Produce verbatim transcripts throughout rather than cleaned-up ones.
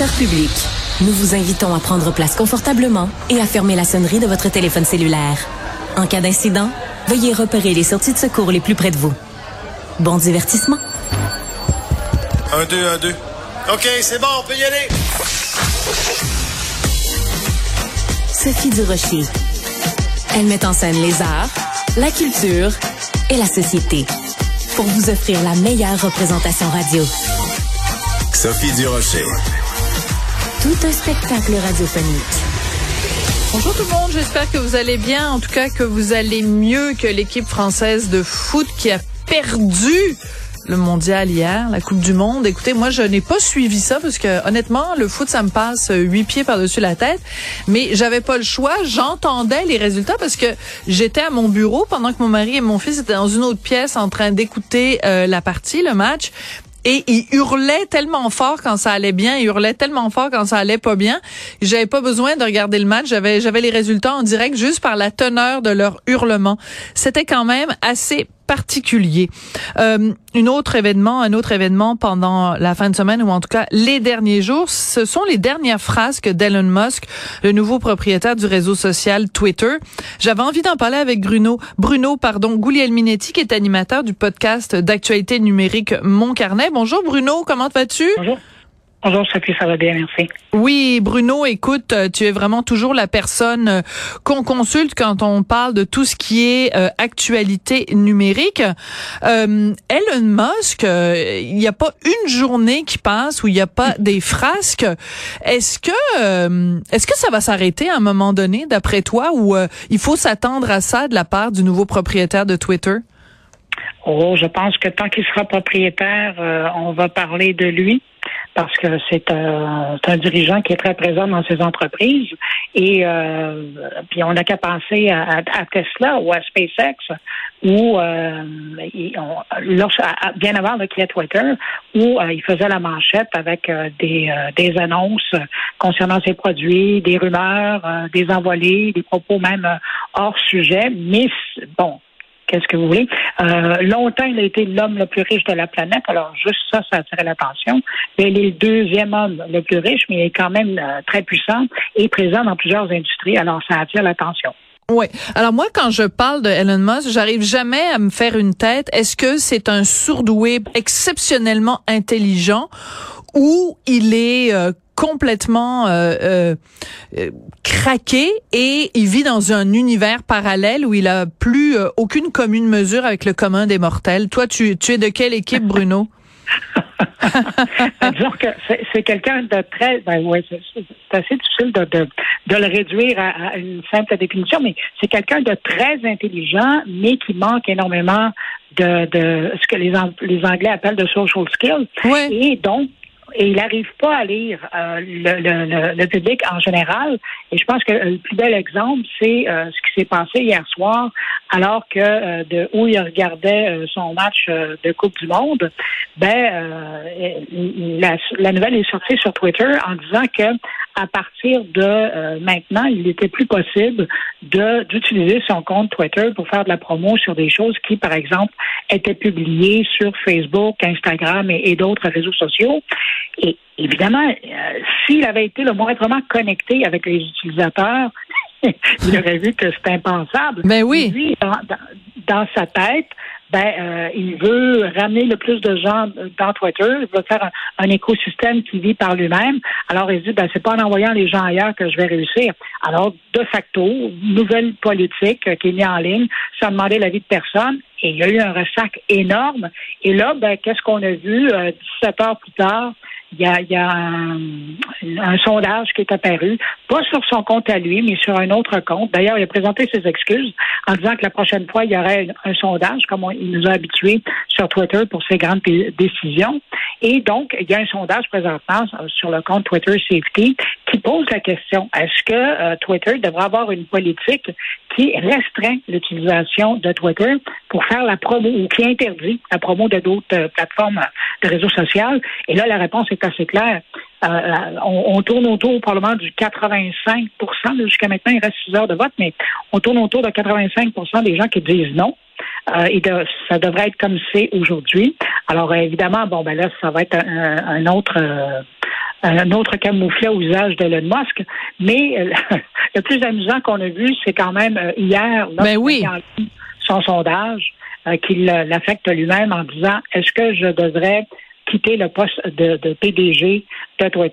Cher public, nous vous invitons à prendre place confortablement et à fermer la sonnerie de votre téléphone cellulaire. En cas d'incident, veuillez repérer les sorties de secours les plus près de vous. Bon divertissement. Un, deux, un, deux. OK, c'est bon, on peut y aller. Sophie Durocher. Elle met en scène les arts, la culture et la société pour vous offrir la meilleure représentation radio. Sophie Durocher. Tout un spectacle radiophonique. Bonjour tout le monde, j'espère que vous allez bien, en tout cas que vous allez mieux que l'équipe française de foot qui a perdu le mondial hier, la Coupe du Monde. Écoutez, moi, je n'ai pas suivi ça parce que, honnêtement, le foot, ça me passe huit pieds par-dessus la tête. Mais j'avais pas le choix. J'entendais les résultats parce que j'étais à mon bureau pendant que mon mari et mon fils étaient dans une autre pièce en train d'écouter euh, la partie, le match. Et ils hurlaient tellement fort quand ça allait bien, ils hurlaient tellement fort quand ça allait pas bien. J'avais pas besoin de regarder le match, j'avais j'avais les résultats en direct juste par la teneur de leur hurlement. C'était quand même assez particulier. Euh, une autre événement, un autre événement pendant la fin de semaine ou en tout cas les derniers jours, ce sont les dernières phrases que d'Elon Musk, le nouveau propriétaire du réseau social Twitter. J'avais envie d'en parler avec Bruno, Bruno pardon, Guglielminetti qui est animateur du podcast d'actualité numérique Mon Carnet. Bonjour Bruno, comment vas-tu? Bonjour. Bonjour Sophie, ça va bien, merci. Oui, Bruno, écoute, tu es vraiment toujours la personne qu'on consulte quand on parle de tout ce qui est euh, actualité numérique. Euh, Elon Musk, euh, il n'y a pas une journée qui passe où il n'y a pas des frasques. Est-ce que euh, est-ce que ça va s'arrêter à un moment donné, d'après toi, ou euh, il faut s'attendre à ça de la part du nouveau propriétaire de Twitter? Oh, je pense que tant qu'il sera propriétaire, euh, on va parler de lui. Parce que c'est un, c'est un dirigeant qui est très présent dans ses entreprises. Et euh, puis on n'a qu'à penser à, à, à Tesla ou à SpaceX, où euh, il, on, lorsque, bien avant qu'il y ait Twitter, où euh, il faisait la manchette avec euh, des, euh, des annonces concernant ses produits, des rumeurs, euh, des envolées, des propos même euh, hors sujet. Mais bon, qu'est-ce que vous voulez? Euh, longtemps, il a été l'homme le plus riche de la planète. Alors, juste ça, ça attirait l'attention. Mais il est le deuxième homme le plus riche, mais il est quand même euh, très puissant et présent dans plusieurs industries. Alors, ça attire l'attention. Oui. Alors moi, quand je parle de Elon Musk, j'arrive jamais à me faire une tête. Est-ce que c'est un sourdoué exceptionnellement intelligent ou il est euh, complètement euh, euh, euh, craqué et il vit dans un univers parallèle où il a plus euh, aucune commune mesure avec le commun des mortels? Toi, tu, tu es de quelle équipe, Bruno? Disons que c'est, c'est quelqu'un de très... Ben ouais, c'est, c'est assez difficile de, de, de le réduire à, à une simple définition, mais c'est quelqu'un de très intelligent, mais qui manque énormément de, de ce que les, les Anglais appellent de social skills. Ouais. Et donc, et il n'arrive pas à lire euh, le, le, le, le public en général. Et je pense que le plus bel exemple, c'est euh, ce qui s'est passé hier soir, alors que euh, de où il regardait euh, son match euh, de Coupe du Monde. Ben, euh, la, la nouvelle est sortie sur Twitter en disant que à partir de euh, maintenant, il n'était plus possible de d'utiliser son compte Twitter pour faire de la promo sur des choses qui, par exemple, étaient publiées sur Facebook, Instagram et, et d'autres réseaux sociaux. Et évidemment, euh, s'il avait été le moindrement connecté avec les utilisateurs, il aurait vu que c'est impensable. Ben oui. Lui, dans, dans, dans sa tête, ben euh, il veut ramener le plus de gens dans Twitter, il veut faire un, un écosystème qui vit par lui-même. Alors il se dit, ben c'est pas en envoyant les gens ailleurs que je vais réussir. Alors, de facto, nouvelle politique euh, qui est mise en ligne, sans demander l'avis de personne, et il y a eu un ressac énorme. Et là, ben qu'est-ce qu'on a vu euh, dix-sept heures plus tard? Il y a, il y a un, un sondage qui est apparu, pas sur son compte à lui, mais sur un autre compte. D'ailleurs, il a présenté ses excuses en disant que la prochaine fois, il y aurait un, un sondage, comme on, il nous a habitués sur Twitter pour ses grandes p- décisions. Et donc, il y a un sondage présentement sur le compte Twitter Safety qui pose la question, est-ce que euh, Twitter devrait avoir une politique qui restreint l'utilisation de Twitter pour faire la promo, ou qui interdit la promo de d'autres euh, plateformes de réseaux sociaux? Et là, la réponse est assez claire. Euh, on, on tourne autour probablement du quatre-vingt-cinq pour cent. Là, jusqu'à maintenant, il reste six heures de vote, mais on tourne autour de quatre-vingt-cinq pour cent des gens qui disent non. Euh, et de, ça devrait être comme c'est aujourd'hui. Alors, euh, évidemment, bon, ben là, ça va être un, un autre... Euh, un autre camouflet au visage d'Elon Musk. Mais euh, le plus amusant qu'on a vu, c'est quand même euh, hier, ben oui. son sondage, euh, qu'il l'affecte lui-même en disant « Est-ce que je devrais quitter le poste de, de P D G de Twitter? »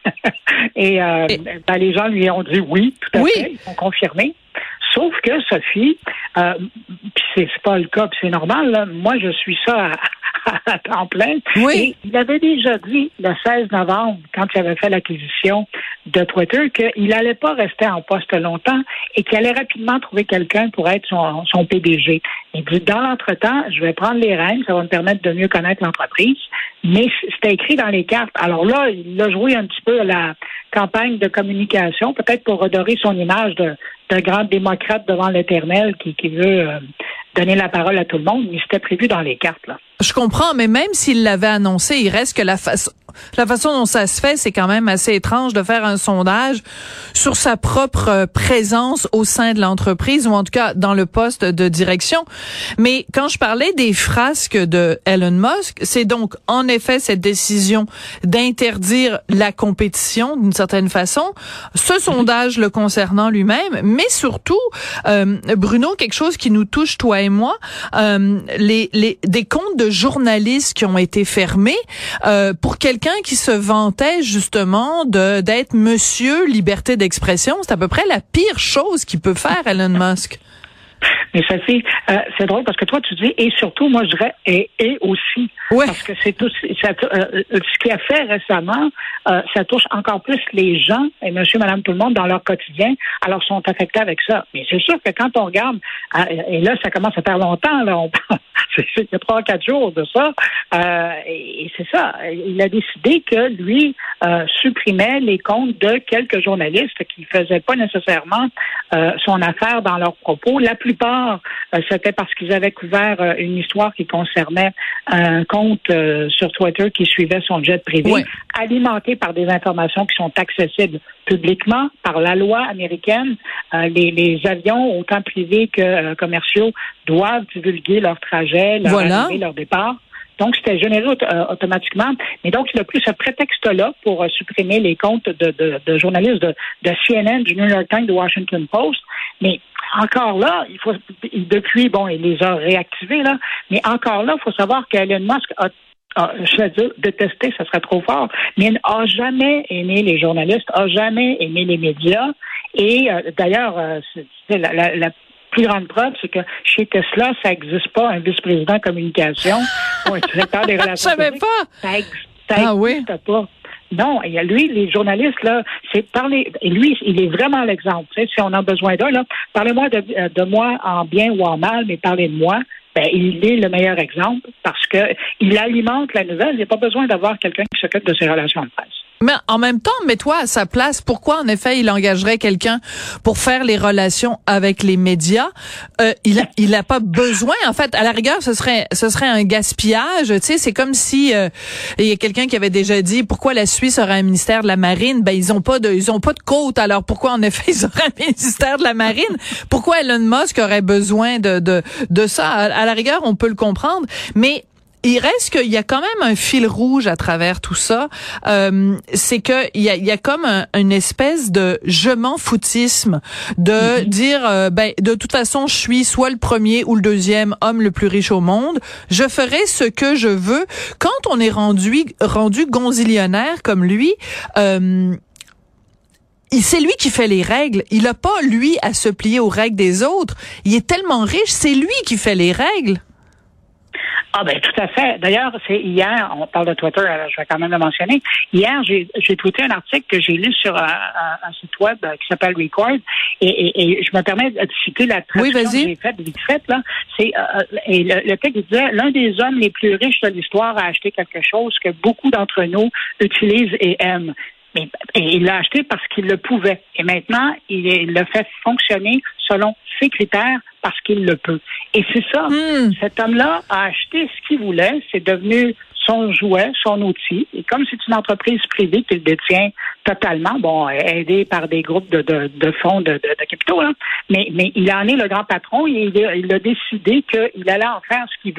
Et, euh, Et... Ben, les gens lui ont dit oui, tout à oui. fait, ils ont confirmé. Sauf que, Sophie, euh, puis c'est, c'est pas le cas, puis c'est normal, là, moi je suis ça à, à temps plein. Oui. Et il avait déjà dit le seize novembre, quand il avait fait l'acquisition de Twitter, qu'il n'allait pas rester en poste longtemps et qu'il allait rapidement trouver quelqu'un pour être son, son P D G. Il dit, dans l'entretemps, je vais prendre les rênes, ça va me permettre de mieux connaître l'entreprise, mais c'était écrit dans les cartes. Alors là, il a joué un petit peu à la campagne de communication, peut-être pour redorer son image de, de grand démocrate devant l'Éternel qui, qui veut euh, donner la parole à tout le monde, mais c'était prévu dans les cartes, là. Je comprends, mais même s'il l'avait annoncé, il reste que la façon la façon dont ça se fait, c'est quand même assez étrange de faire un sondage sur sa propre présence au sein de l'entreprise ou en tout cas dans le poste de direction. Mais quand je parlais des frasques de Elon Musk, c'est donc en effet cette décision d'interdire la compétition d'une certaine façon, ce sondage le concernant lui-même, mais surtout, euh, Bruno, quelque chose qui nous touche toi et moi, euh, les, les des comptes de journalistes qui ont été fermés euh, pour quelqu'un qui se vantait justement de d'être monsieur liberté d'expression. C'est à peu près la pire chose qu'il peut faire, Elon Musk. Mais Sophie, euh, c'est drôle parce que toi tu dis et surtout, moi je dirais et, et aussi. Ouais. Parce que c'est tout ça, euh, ce qu'il a fait récemment, euh, ça touche encore plus les gens, et monsieur, madame, tout le monde, dans leur quotidien, alors sont affectés avec ça. Mais c'est sûr que quand on regarde, euh, et là ça commence à faire longtemps, là, on parle, c'est, c'est il y a trois, quatre jours de ça, euh, et, et c'est ça, il a décidé que lui euh, supprimait les comptes de quelques journalistes qui faisaient pas nécessairement euh, son affaire dans leurs propos. La plupart, euh, c'était parce qu'ils avaient couvert euh, une histoire qui concernait un compte euh, sur Twitter qui suivait son jet privé, oui. alimenté par des informations qui sont accessibles publiquement par la loi américaine. Euh, les, les avions, autant privés que euh, commerciaux, doivent divulguer leur trajet, leur voilà. arrivée, leur départ. Donc, c'était généré auto- euh, automatiquement. Mais donc, il a pris ce prétexte-là pour euh, supprimer les comptes de, de, de journalistes de, de C N N, du New York Times, du Washington Post. Mais encore là, il faut depuis, bon, il les a réactivés, là, mais encore là, il faut savoir qu'Elon Musk a Ah, je vais dire, détester, ça serait trop fort, mais n'a jamais aimé les journalistes, n'a jamais aimé les médias. Et euh, d'ailleurs, euh, c'est, c'est la, la, la plus grande preuve, c'est que chez Tesla, ça n'existe pas un vice-président communication ou un directeur des relations publiques. Je savais pas. Ça n'existe ah, oui. pas. Non, et lui, les journalistes, là, c'est parler. Et lui, il est vraiment l'exemple. Tu sais, si on a besoin d'un, là, parlez-moi de, de moi en bien ou en mal, mais parlez de moi. Ben, il est le meilleur exemple parce que il alimente la nouvelle. Il n'y a pas besoin d'avoir quelqu'un qui s'occupe de ses relations de presse. Mais en même temps, mets-toi à sa place. Pourquoi, en effet, il engagerait quelqu'un pour faire les relations avec les médias? Euh, il a, il a pas besoin. En fait, à la rigueur, ce serait, ce serait un gaspillage. Tu sais, c'est comme si euh, il y a quelqu'un qui avait déjà dit pourquoi la Suisse aurait un ministère de la Marine. Ben, ils ont pas de, ils ont pas de côte. Alors pourquoi, en effet, ils auraient un ministère de la Marine? Pourquoi Elon Musk aurait besoin de, de, de ça? À, à la rigueur, on peut le comprendre, mais il reste qu'il y a quand même un fil rouge à travers tout ça. Euh, c'est que il y a, il y a comme un, une espèce de je m'en foutisme de mm-hmm. dire euh, ben de toute façon je suis soit le premier ou le deuxième homme le plus riche au monde. Je ferai ce que je veux. Quand on est rendu rendu gonzillionnaire comme lui. Euh, C'est lui qui fait les règles. Il n'a pas, lui, à se plier aux règles des autres. Il est tellement riche, c'est lui qui fait les règles. Ah ben tout à fait. D'ailleurs, c'est hier, on parle de Twitter, alors je vais quand même le mentionner. Hier, j'ai, j'ai tweeté un article que j'ai lu sur un, un, un site web qui s'appelle Record, et, et, et je me permets de citer la traduction oui, que j'ai faite, vite faite, là. C'est, euh, et le, le texte disait, l'un des hommes les plus riches de l'histoire a acheté quelque chose que beaucoup d'entre nous utilisent et aiment. Mais, et il l'a acheté parce qu'il le pouvait. Et maintenant, il, il le fait fonctionner selon ses critères parce qu'il le peut. Et c'est ça. Mm. Cet homme-là a acheté ce qu'il voulait. C'est devenu son jouet, son outil. Et comme c'est une entreprise privée qu'il détient totalement, bon, aidé par des groupes de, de, de fonds de, de, de capitaux, là, mais, mais il en est le grand patron et il a, il a décidé qu'il allait en faire ce qu'il veut.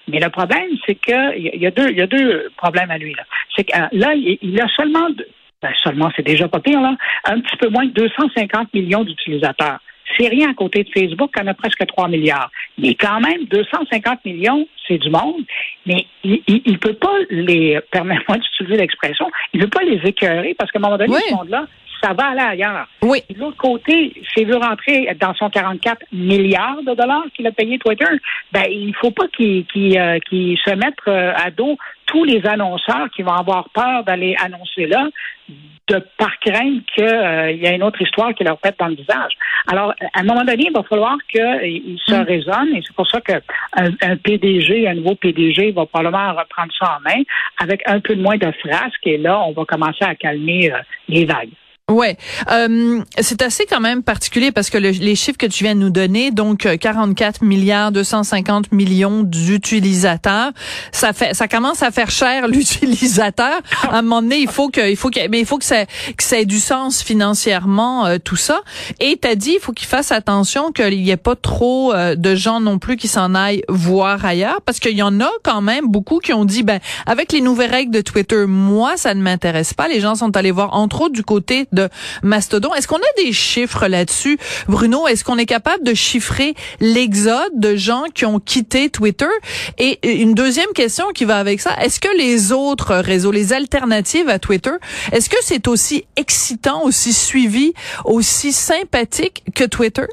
Mais le problème, c'est que il y a deux, il y a deux problèmes à lui, là. C'est que euh, là, il, il a seulement, ben seulement, c'est déjà pas pire, là, un petit peu moins de deux cent cinquante millions d'utilisateurs. C'est rien à côté de Facebook, qui en a presque trois milliards. Mais quand même, deux cent cinquante millions, c'est du monde, mais il ne peut pas les, permets-moi d'utiliser l'expression, il ne peut pas les écœurer, parce qu'à un moment donné, oui. ce monde-là, ça va aller ailleurs. Oui. Et de l'autre côté, s'il veut rentrer dans son quarante-quatre milliards de dollars qu'il a payé Twitter, ben il faut pas qu'il, qu'il, euh, qu'il se mette euh, à dos tous les annonceurs qui vont avoir peur d'aller annoncer là, de par crainte qu'il euh, y a une autre histoire qui leur pète dans le visage. Alors, à un moment donné, il va falloir qu'il se mm. raisonne, et c'est pour ça qu'un un P D G, un nouveau P D G, va probablement reprendre ça en main avec un peu moins de frasque, et là, on va commencer à calmer euh, les vagues. Ouais, euh, c'est assez quand même particulier parce que le, les chiffres que tu viens de nous donner, donc quarante-quatre milliards deux cent cinquante millions d'utilisateurs, ça fait, ça commence à faire cher l'utilisateur. À un moment donné, il faut que, il faut que, mais il faut que ça, que ça ait du sens financièrement, euh, tout ça. Et t'as dit, il faut qu'il fasse attention qu'il y ait pas trop euh, de gens non plus qui s'en aillent voir ailleurs, parce qu'il y en a quand même beaucoup qui ont dit, ben avec les nouvelles règles de Twitter, moi ça ne m'intéresse pas. Les gens sont allés voir entre autres du côté de Mastodon. Est-ce qu'on a des chiffres là-dessus, Bruno? Est-ce qu'on est capable de chiffrer l'exode de gens qui ont quitté Twitter? Et une deuxième question qui va avec ça, est-ce que les autres réseaux, les alternatives à Twitter, est-ce que c'est aussi excitant, aussi suivi, aussi sympathique que Twitter?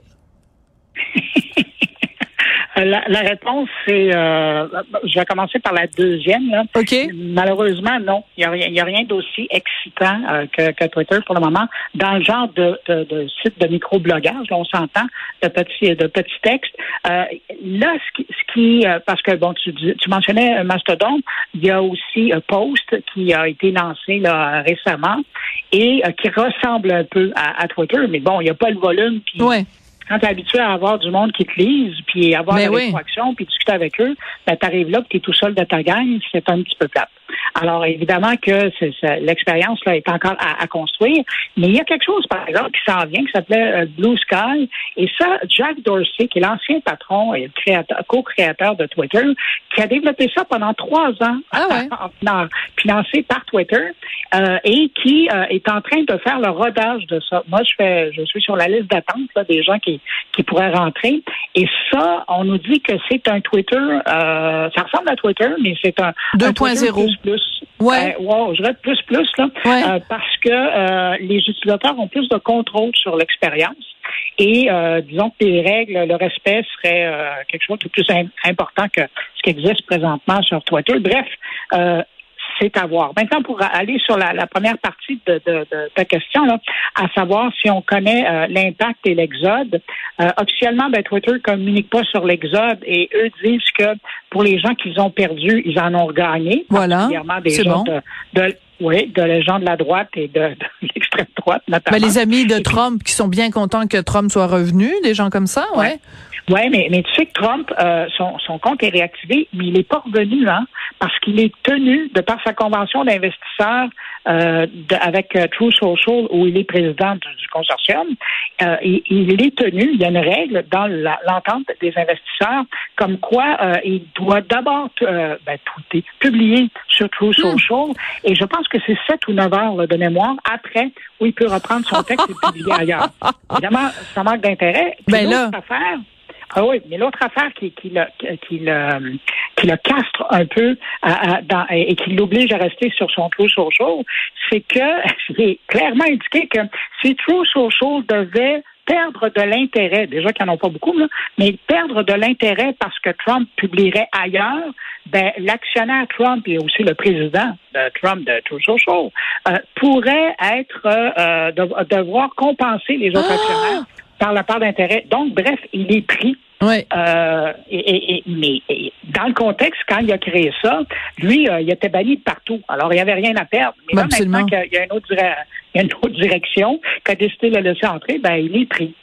La, la réponse, c'est... Euh, je vais commencer par la deuxième. Là. OK. Malheureusement, non. Il n'y a rien, il y a rien d'aussi excitant euh, que, que Twitter pour le moment. Dans le genre de, de, de site de microblogage, on s'entend, de petits, de petits textes. Euh, là, ce qui... Ce qui euh, parce que, bon, tu, tu mentionnais Mastodon, il y a aussi euh, Post qui a été lancé là, récemment et euh, qui ressemble un peu à, à Twitter, mais bon, il n'y a pas le volume. Puis, ouais. Quand tu es habitué à avoir du monde qui te lise, puis avoir mais la oui. rétroaction, puis discuter avec eux, ben, tu arrives là, puis tu es tout seul de ta gang, c'est un petit peu plate. Alors, évidemment que c'est, c'est, l'expérience là est encore à, à construire, mais il y a quelque chose, par exemple, qui s'en vient, qui s'appelait euh, Blue Sky, et ça, Jack Dorsey, qui est l'ancien patron et le créateur, co-créateur de Twitter, qui a développé ça pendant trois ans, ah ouais. en, financé par Twitter, euh, et qui euh, est en train de faire le rodage de ça. Moi, je fais, je suis sur la liste d'attente là, des gens qui, qui pourraient rentrer, et ça, on nous dit que c'est un Twitter, euh, ça ressemble à Twitter, mais c'est un deux point zéro. Plus. Ouais. Euh, wow, je dirais plus plus là, ouais. euh, parce que euh, les utilisateurs ont plus de contrôle sur l'expérience et euh, disons que les règles, le respect serait euh, quelque chose de plus im- important que ce qui existe présentement sur Twitter. Bref, euh, c'est à voir. Maintenant, pour aller sur la, la première partie de, de, de ta question, là, à savoir si on connaît euh, l'impact et l'exode, euh, officiellement, ben, Twitter ne communique pas sur l'exode et eux disent que pour les gens qu'ils ont perdus, ils en ont gagné. Voilà, particulièrement des c'est gens bon. de, de oui, de les gens de la droite et de, de l'extrême droite, notamment. Ben, les amis de et Trump puis, qui sont bien contents que Trump soit revenu, des gens comme ça, ouais. ouais. Oui, mais, mais tu sais que Trump, euh, son, son compte est réactivé, mais il n'est pas revenu, hein, parce qu'il est tenu, de par sa convention d'investisseurs euh, de, avec euh, True Social, où il est président du, du consortium, euh, et, il est tenu, il y a une règle dans la, l'entente des investisseurs, comme quoi euh, il doit d'abord euh, ben, tweeter, publier sur True Social, mmh. et je pense que c'est sept ou neuf heures là, de mémoire après où il peut reprendre son texte et publier ailleurs. Évidemment, ça manque d'intérêt. Puis ben l'autre là. affaire, ah oui, mais l'autre affaire qui, qui, le, qui, le, qui le castre un peu à, à, dans, et qui l'oblige à rester sur son True Social, c'est que j'ai clairement indiqué que si True Social devait perdre de l'intérêt, déjà qu'ils n'en ont pas beaucoup, là, mais perdre de l'intérêt parce que Trump publierait ailleurs, ben l'actionnaire Trump et aussi le président de Trump de True Social euh, pourrait être euh, de, devoir compenser les autres ah! actionnaires par la part d'intérêt. Donc, bref, il est pris. Oui. Euh, et, et, et, mais et dans le contexte, quand il a créé ça, lui, euh, il était banni de partout. Alors, il n'y avait rien à perdre. Mais là, Absolument. maintenant qu'il y a une autre, dire- il y a une autre direction qui a décidé de le laisser entrer, ben il est pris.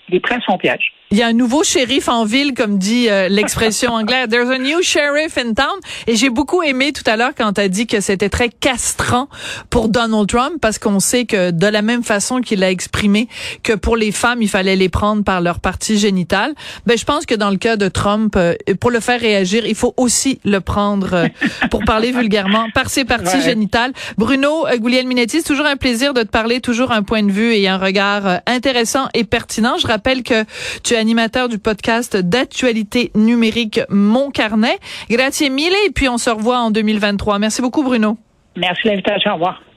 les prennent son piège. Il y a un nouveau shérif en ville, comme dit euh, l'expression anglaise. There's a new sheriff in town. Et j'ai beaucoup aimé tout à l'heure quand tu as dit que c'était très castrant pour Donald Trump, parce qu'on sait que de la même façon qu'il a exprimé que pour les femmes, il fallait les prendre par leur partie génitale. Ben, je pense que dans le cas de Trump, euh, pour le faire réagir, il faut aussi le prendre, euh, pour parler vulgairement, par ses parties ouais. génitales. Bruno euh, Guglielminetti, c'est toujours un plaisir de te parler, toujours un point de vue et un regard euh, intéressant et pertinent. Je rappelle que tu es animateur du podcast d'actualité numérique Mon Carnet. Grazie mille et puis on se revoit en deux mille vingt-trois. Merci beaucoup Bruno. Merci de l'invitation. Au revoir.